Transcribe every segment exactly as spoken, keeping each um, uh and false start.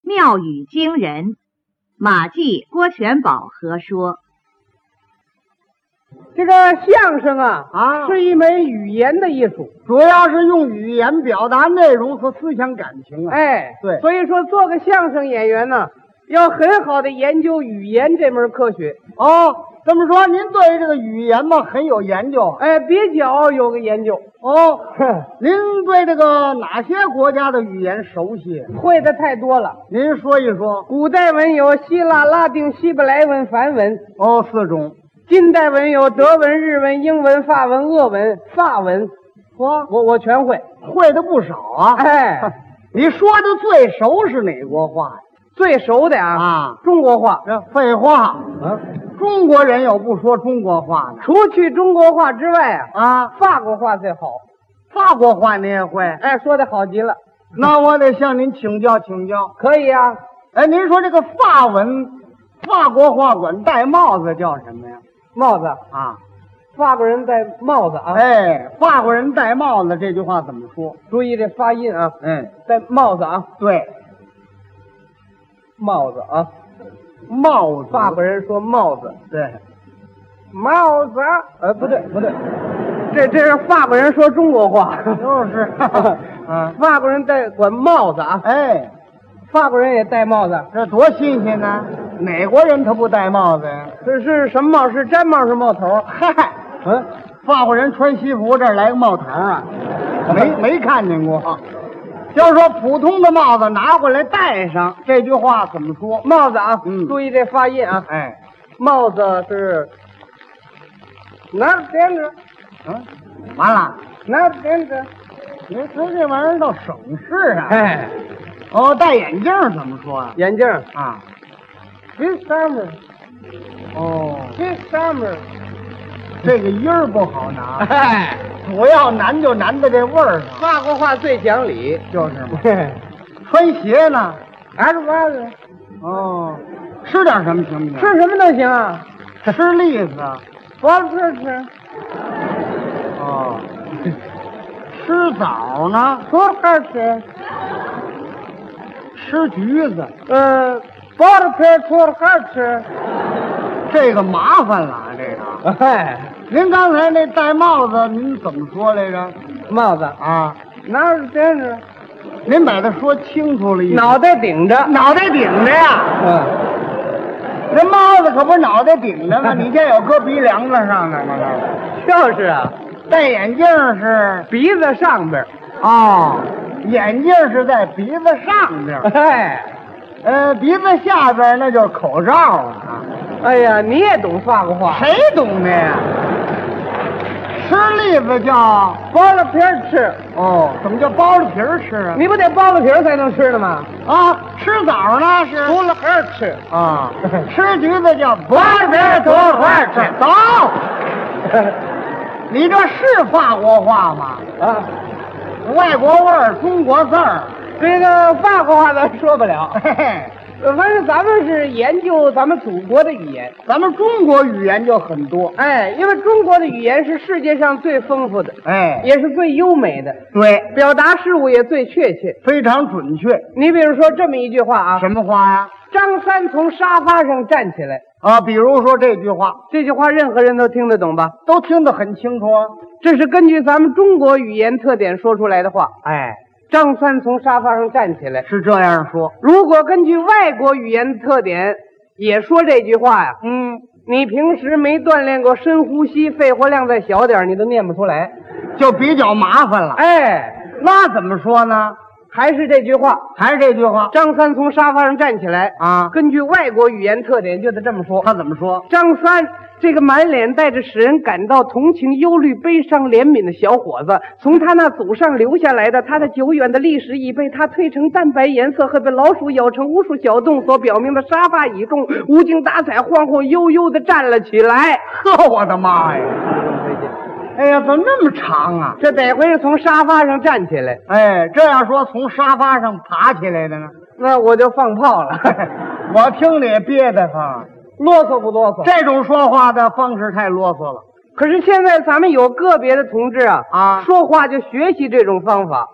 妙语惊人。马季、郭全宝合说。 这个相声啊啊， 是一门语言的艺术， 主要是用语言表达内容和思想感情啊。 哎， 对， 所以说做个相声演员呢，要很好的研究语言这门科学。 哦，这么说您对这个语言嘛很有研究？ 哎，比较有个研究。 哦，您对这个哪些国家的语言熟悉？ 会的太多了。 您说一说。 古代文有希腊、拉丁、希伯来文、梵文。 哦，四种。 近代文有德文、日文、英文、法文、俄文、法文。 我我我全会， 会的不少啊。 哎， 你说的最熟是哪国话呀？ 最熟的啊啊， 中国话。 这废话啊，中国人有不说中国话的。 除去中国话之外啊， 啊， 法国话最好。 法国话你也会？ 哎，说的好极了。 那我得向您请教请教。 可以啊。 哎，您说这个法文，法国话管戴帽子叫什么呀？ 帽子啊， 法国人戴帽子啊。 哎，法国人戴帽子这句话怎么说？ 注意这发音啊。 嗯， 戴帽子啊。 对， 帽子啊， 帽子。 法国人说帽子。 对， 帽子。呃，不对不对，这这是法国人说中国话。 就是。嗯， 法国人戴管帽子啊。 哎， 法国人也戴帽子， 这多新鲜呢！哪国人他不戴帽子呀？ 这是什么帽？是毡帽是帽头？ 嗨， 嗯， 法国人穿西服这儿来个帽头啊，没没看见过。要说普通的帽子拿过来戴上，这句话怎么说？ 帽子啊， 嗯， 注意这发音啊。 哎， 帽子是哪儿点着？ 嗯，完了， 哪儿点着？ 你说这玩意儿到省市啊？ 哎， 哦，戴眼镜怎么说啊？ 眼镜啊 ，this summer， 哦 this summer， 这个音儿不好拿， 哎， 主要难就难在这味儿上。 法国话最讲理， 就是嘛。穿鞋呢？ 还是袜子？ 哦，吃点什么行不行？ 吃什么都行啊， 吃栗子。 不吃吃。 哦，吃枣呢？ 多好吃。 吃橘子。 呃，包了皮多好吃。 这个麻烦了，这个。 哎， 您刚才那戴帽子，您怎么说来着？ 帽子啊， 哪儿顶着？ 您把它说清楚了一点。 脑袋顶着， 脑袋顶着呀。 嗯， 这帽子可不是脑袋顶着吗？你这有搁鼻梁子上的吗？ 就是啊， 戴眼镜是鼻子上边。 哦，眼镜是在鼻子上边， 哎， 呃，鼻子下边那就是口罩啊。 哎呀，你也懂法国话？ 谁懂的呀？吃栗子叫剥了皮吃。 哦，怎么叫剥了皮儿吃啊？ 你不得剥了皮才能吃的吗？ 啊，吃枣呢是剥了核吃啊，吃橘子叫剥了皮儿脱了核吃。走，你这是法国话吗？ 啊， 外国味儿，中国字儿。 这个法国话咱说不了。 嘿嘿， 呃反正咱们是研究咱们祖国的语言。 咱们中国语言就很多。 哎，因为中国的语言是世界上最丰富的， 哎， 也是最优美的， 对， 表达事物也最确切， 非常准确。 你比如说这么一句话啊， 什么话呀？ 张三从沙发上站起来， 啊，比如说这句话， 这句话任何人都听得懂吧？ 都听得很清楚啊。 这是根据咱们中国语言特点说出来的话。 哎， 张三从沙发上站起来， 是这样说。 如果根据外国语言特点也说这句话呀， 嗯， 你平时没锻炼过深呼吸，肺活量再小点，你都念不出来， 就比较麻烦了。 哎， 那怎么说呢？ 还是这句话， 还是这句话张三从沙发上站起来啊。 根据外国语言特点就得这么说。 他怎么说？ 张三这个满脸带着使人感到同情、忧虑、悲伤、怜悯的小伙子，从他那祖上留下来的他的久远的历史已被他褪成淡白颜色和被老鼠咬成无数小洞所表明的沙发椅中无精打采、晃晃悠悠地站了起来。 呵，我的妈呀！哎呀，怎么那么长啊？ 这得回是从沙发上站起来。 哎，这样说从沙发上爬起来的呢？ 那我就放炮了。 我听你憋得慌， 啰嗦不啰嗦？ 这种说话的方式太啰嗦了。 可是现在咱们有个别的同志啊， 啊， 说话就学习这种方法。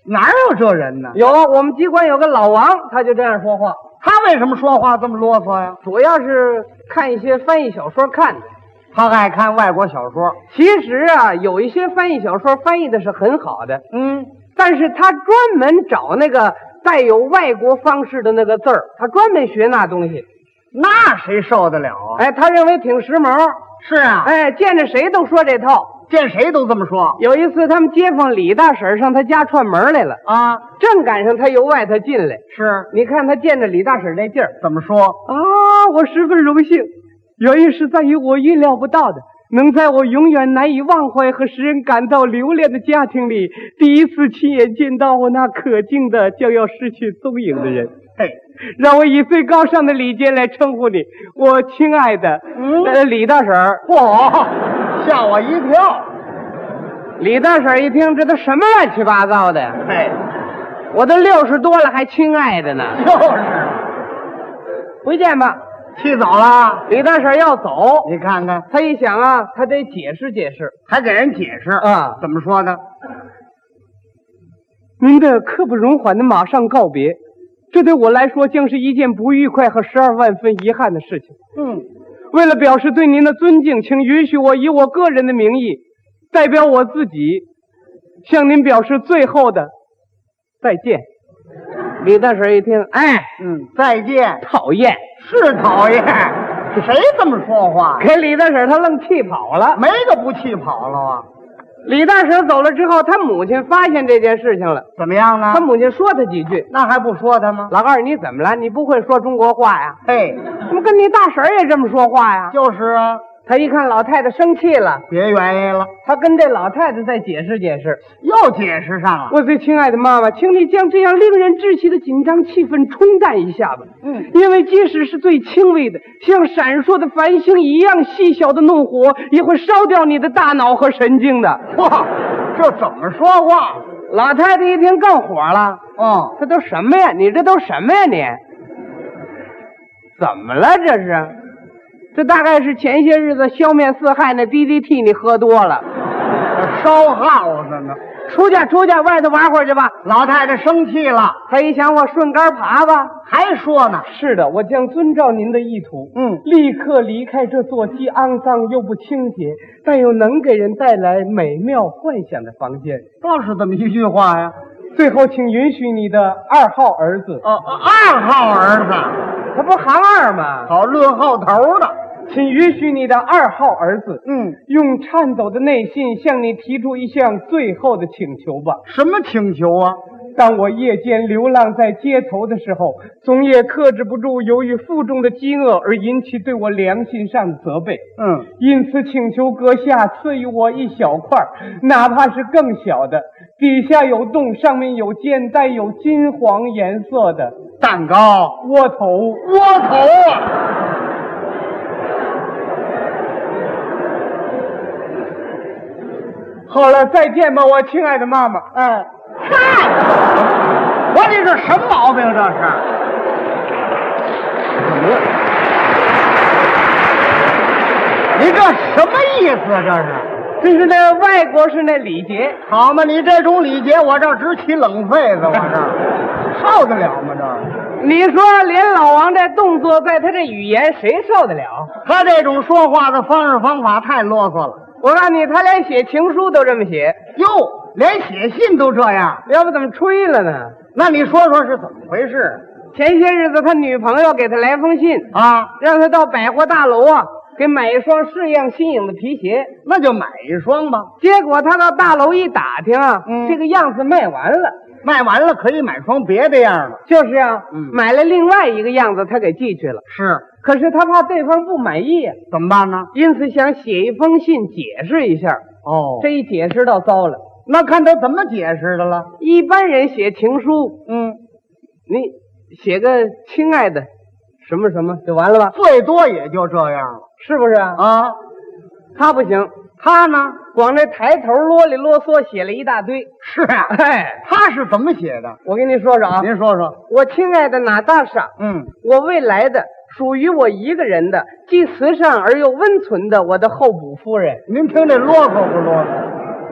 哪有这人呢？ 有，我们机关有个老王，他就这样说话。 他为什么说话这么啰嗦呀？ 主要是看一些翻译小说看的。 他爱看外国小说。 其实啊，有一些翻译小说翻译的是很好的， 嗯， 但是他专门找那个带有外国方式的那个字儿，他专门学那东西。 那谁受得了啊？ 哎，他认为挺时髦。 是啊， 哎，见着谁都说这套。 见谁都这么说。 有一次，他们街坊李大婶上他家串门来了啊， 正赶上他由外头进来。 是， 你看他见着李大婶那劲儿， 怎么说啊？我十分荣幸，原因是在于我预料不到的，能在我永远难以忘怀和使人感到留恋的家庭里，第一次亲眼见到我那可敬的将要失去踪影的人。 嘿， 让我以最高尚的礼节来称呼你，我亲爱的， 嗯， 呃，李大婶。 嚯，吓我一跳。 李大婶一听，这都什么乱七八糟的呀？ 嘿， 我都六十多了，还亲爱的呢。 就是， 回见吧。 气走了。 李大婶要走， 你看看， 他一想啊，他得解释解释， 还给人解释啊？ 怎么说的？ 您的刻不容缓的马上告别，这对我来说将是一件不愉快和十二万分遗憾的事情。 嗯， 为了表示对您的尊敬，请允许我以我个人的名义，代表我自己，向您表示最后的再见。李大婶一听，哎， 嗯，再见。 讨厌， 是讨厌，谁这么说话？ 给李大婶她愣气跑了， 没个不气跑了啊！ 李大婶走了之后，他母亲发现这件事情了， 怎么样呢？ 他母亲说他几句， 那还不说他吗？ 老二，你怎么了？你不会说中国话呀？ 嘿， 怎么跟你大婶也这么说话呀？ 就是啊。 他一看老太太生气了， 别原因了， 他跟这老太太再解释解释， 又解释上了。 我最亲爱的妈妈，请你将这样令人窒息的紧张气氛冲淡一下吧。 嗯， 因为即使是最轻微的，像闪烁的繁星一样细小的怒火，也会烧掉你的大脑和神经的。 哇，这怎么说话？ 老太太一听更火了。 哦， 这都什么呀？你这都什么呀你？怎么了这是？这大概是前些日子消灭四害那 D D T 你喝多了， 烧耗子呢。 出去出去，外头玩会儿去吧。 老太太生气了， 他一想，我顺杆爬吧。 还说呢。 是的，我将遵照您的意图， 嗯， 立刻离开这座既肮脏又不清洁，但又能给人带来美妙幻想的房间。 倒是这么一句话呀。 最后，请允许你的二号儿子。 哦，二号儿子， 他不是行二吗？ 好论号头的。 请允许你的二号儿子， 嗯， 用颤抖的内心向你提出一项最后的请求吧。 什么请求啊？ 当我夜间流浪在街头的时候，总也克制不住由于腹中的饥饿而引起对我良心上的责备。 嗯， 因此请求阁下赐予我一小块，哪怕是更小的，底下有洞，上面有尖，带有金黄颜色的蛋糕窝头。 窝头啊！ 好了，再见吧，我亲爱的妈妈。 哎，嗨，我这是什么毛病？这是怎么了？你这什么意思？这是？ 这是那外国是那礼节， 好嘛？你这种礼节，我这直起冷痱子，我这受得了吗？这你说连老王这动作，在他这语言，谁受得了？ 他这种说话的方式方法太啰嗦了。 我告诉你，他连写情书都这么写。 哟，连写信都这样， 要不怎么吹了呢？ 那你说说是怎么回事？ 前些日子他女朋友给他来封信啊， 让他到百货大楼啊给买一双式样新颖的皮鞋。 那就买一双吧。 结果他到大楼一打听啊， 嗯， 这个样子卖完了。 卖完了可以买双别的样的。 就是啊， 嗯， 买了另外一个样子，他给寄去了。 是， 可是他怕对方不满意啊， 怎么办呢？ 因此想写一封信解释一下。 哦， 这一解释倒糟了。 那看他怎么解释的了。 一般人写情书， 嗯， 你写个亲爱的什么什么就完了吧？ 最多也就这样了， 是不是啊？ 啊， 他不行， 他呢， 光这抬头啰里啰嗦写了一大堆。 是啊， 哎， 他是怎么写的？ 我跟你说说啊， 您说说。 我亲爱的娜大莎， 嗯， 我未来的属于我一个人的，既慈善而又温存的我的候补夫人。 您听这啰嗦不啰嗦？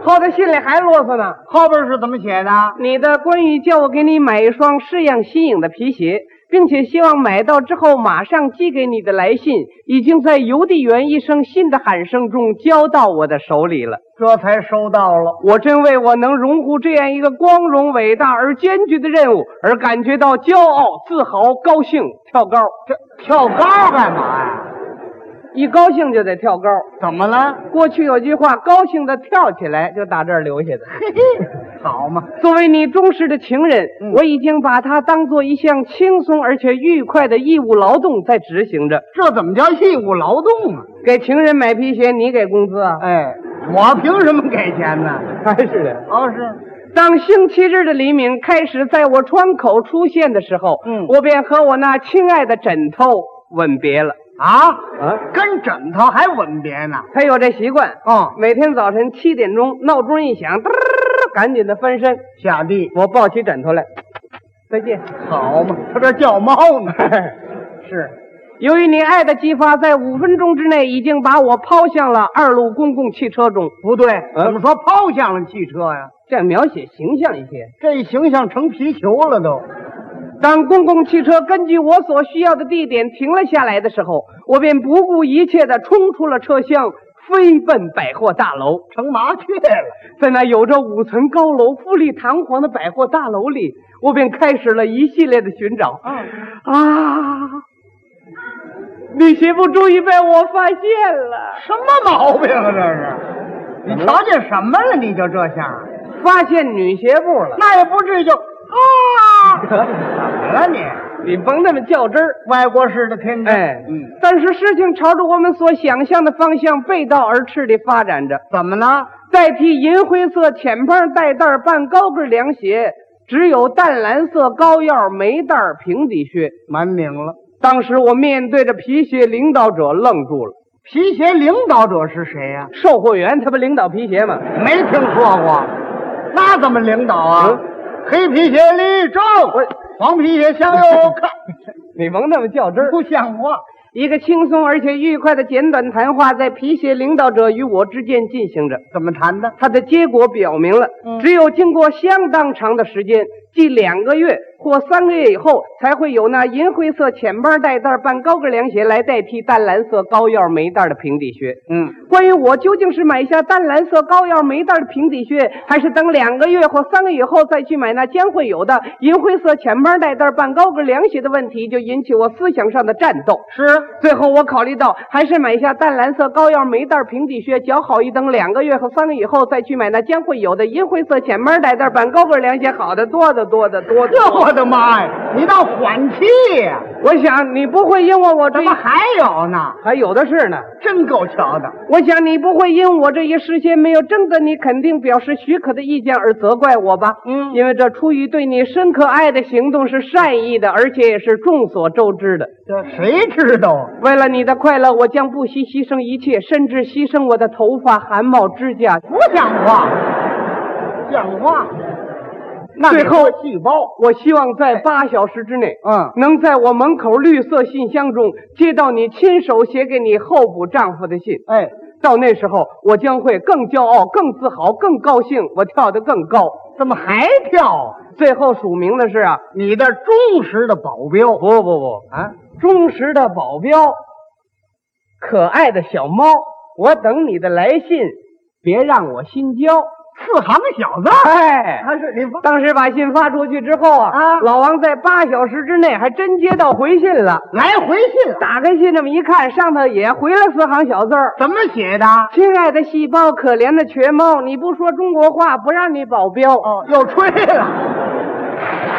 后头信里还啰嗦呢。 后边是怎么写的？ 你的关于叫我给你买一双式样新颖的皮鞋，并且希望买到之后马上寄给你的来信，已经在邮递员一声信的喊声中交到我的手里了。 这才收到了。 我真为我能荣获这样一个光荣、伟大而艰巨的任务而感觉到骄傲、自豪、高兴。跳高， 这跳高干嘛呀？ 一高兴就得跳高。 怎么了？ 过去有句话，高兴的跳起来，就打这儿留下的。 嘿嘿，好嘛。 作为你忠实的情人， 嗯、 我已经把它当做一项轻松而且愉快的义务劳动在执行着。 这怎么叫义务劳动啊？ 给情人买皮鞋，你给工资啊？ 哎，我凭什么给钱呢？ 还是的。 哦，是。 当星期日的黎明开始在我窗口出现的时候， 嗯， 我便和我那亲爱的枕头吻别了。 啊啊！ 跟枕头还吻别呢？ 他有这习惯哦， 每天早晨七点钟闹钟一响，嘚赶紧的翻身下地， 我抱起枕头来，再见。 好嘛，他这叫猫呢。是， 由于你爱的激发，在五分钟之内已经把我抛向了二路公共汽车中。 不对，怎么说抛向了汽车呀？ 这样描写形象一些， 这形象成皮球了都。 当公共汽车根据我所需要的地点停了下来的时候，我便不顾一切地冲出了车厢，飞奔百货大楼， 成麻雀了。 在那有着五层高楼、富丽堂皇的百货大楼里，我便开始了一系列的寻找。 嗯、 啊！女鞋部终于被我发现了。 什么毛病啊？这是？你瞧见什么了？你就这样？ 发现女鞋部了？ 那也不至于就啊！怎么了你？ 你甭那么较真儿， 外国式的天真。 哎， 嗯。 但是事情朝着我们所想象的方向背道而驰地发展着。 怎么呢？ 代替银灰色浅帮带带半高跟凉鞋，只有淡蓝色高腰没带平底靴。 蛮拧了。 当时我面对着皮鞋领导者愣住了。 皮鞋领导者是谁呀、啊？ 售货员，他不领导皮鞋吗？ 没听说过。那怎么领导啊？嗯、黑皮鞋立正，黄皮鞋向右看。 你甭那么较真儿， 不像话。 一个轻松而且愉快的简短谈话在皮鞋领导者与我之间进行着。 怎么谈的？ 它的结果表明了，嗯、只有经过相当长的时间，即两个月或三个月以后，才会有那银灰色浅帮带带半高跟凉鞋来代替淡蓝色高腰没带的平底靴。 嗯， 关于我究竟是买下淡蓝色高腰没带的平底靴，还是等两个月或三个月以后再去买那将会有的银灰色浅帮带带半高跟凉鞋的问题，就引起我思想上的战斗。 是。 最后我考虑到，还是买下淡蓝色高腰没带平底靴较好，一等两个月和三个月以后再去买那将会有的银灰色浅帮带带半高跟凉鞋好的多得多得多得。 我的妈呀！你倒缓气呀！ 我想你不会因为我这怎么还有呢？ 还有的是呢， 真够瞧的。 我想你不会因我这一事先没有征得你肯定表示许可的意见而责怪我吧？ 嗯， 因为这出于对你深刻爱的行动是善意的，而且也是众所周知的。 这谁知道？ 为了你的快乐，我将不惜牺牲一切，甚至牺牲我的头发、汗毛、指甲。 不像话！像话！ 最后细胞， 我希望在八小时之内， 嗯， 能在我门口绿色信箱中接到你亲手写给你候补丈夫的信。 哎， 到那时候，我将会更骄傲、更自豪、更高兴，我跳得更高。 怎么还跳？ 最后署名的是啊， 你的忠实的保镖。 不不不啊，忠实的保镖，可爱的小猫，我等你的来信，别让我心焦。 四行小字， 哎， 他是你当时把信发出去之后啊， 啊， 老王在八小时之内还真接到回信了， 来回信， 打开信这么一看，上头也回了四行小字儿， 怎么写的？ 亲爱的细胞，可怜的瘸猫，你不说中国话，不让你保镖。 哦，又吹了。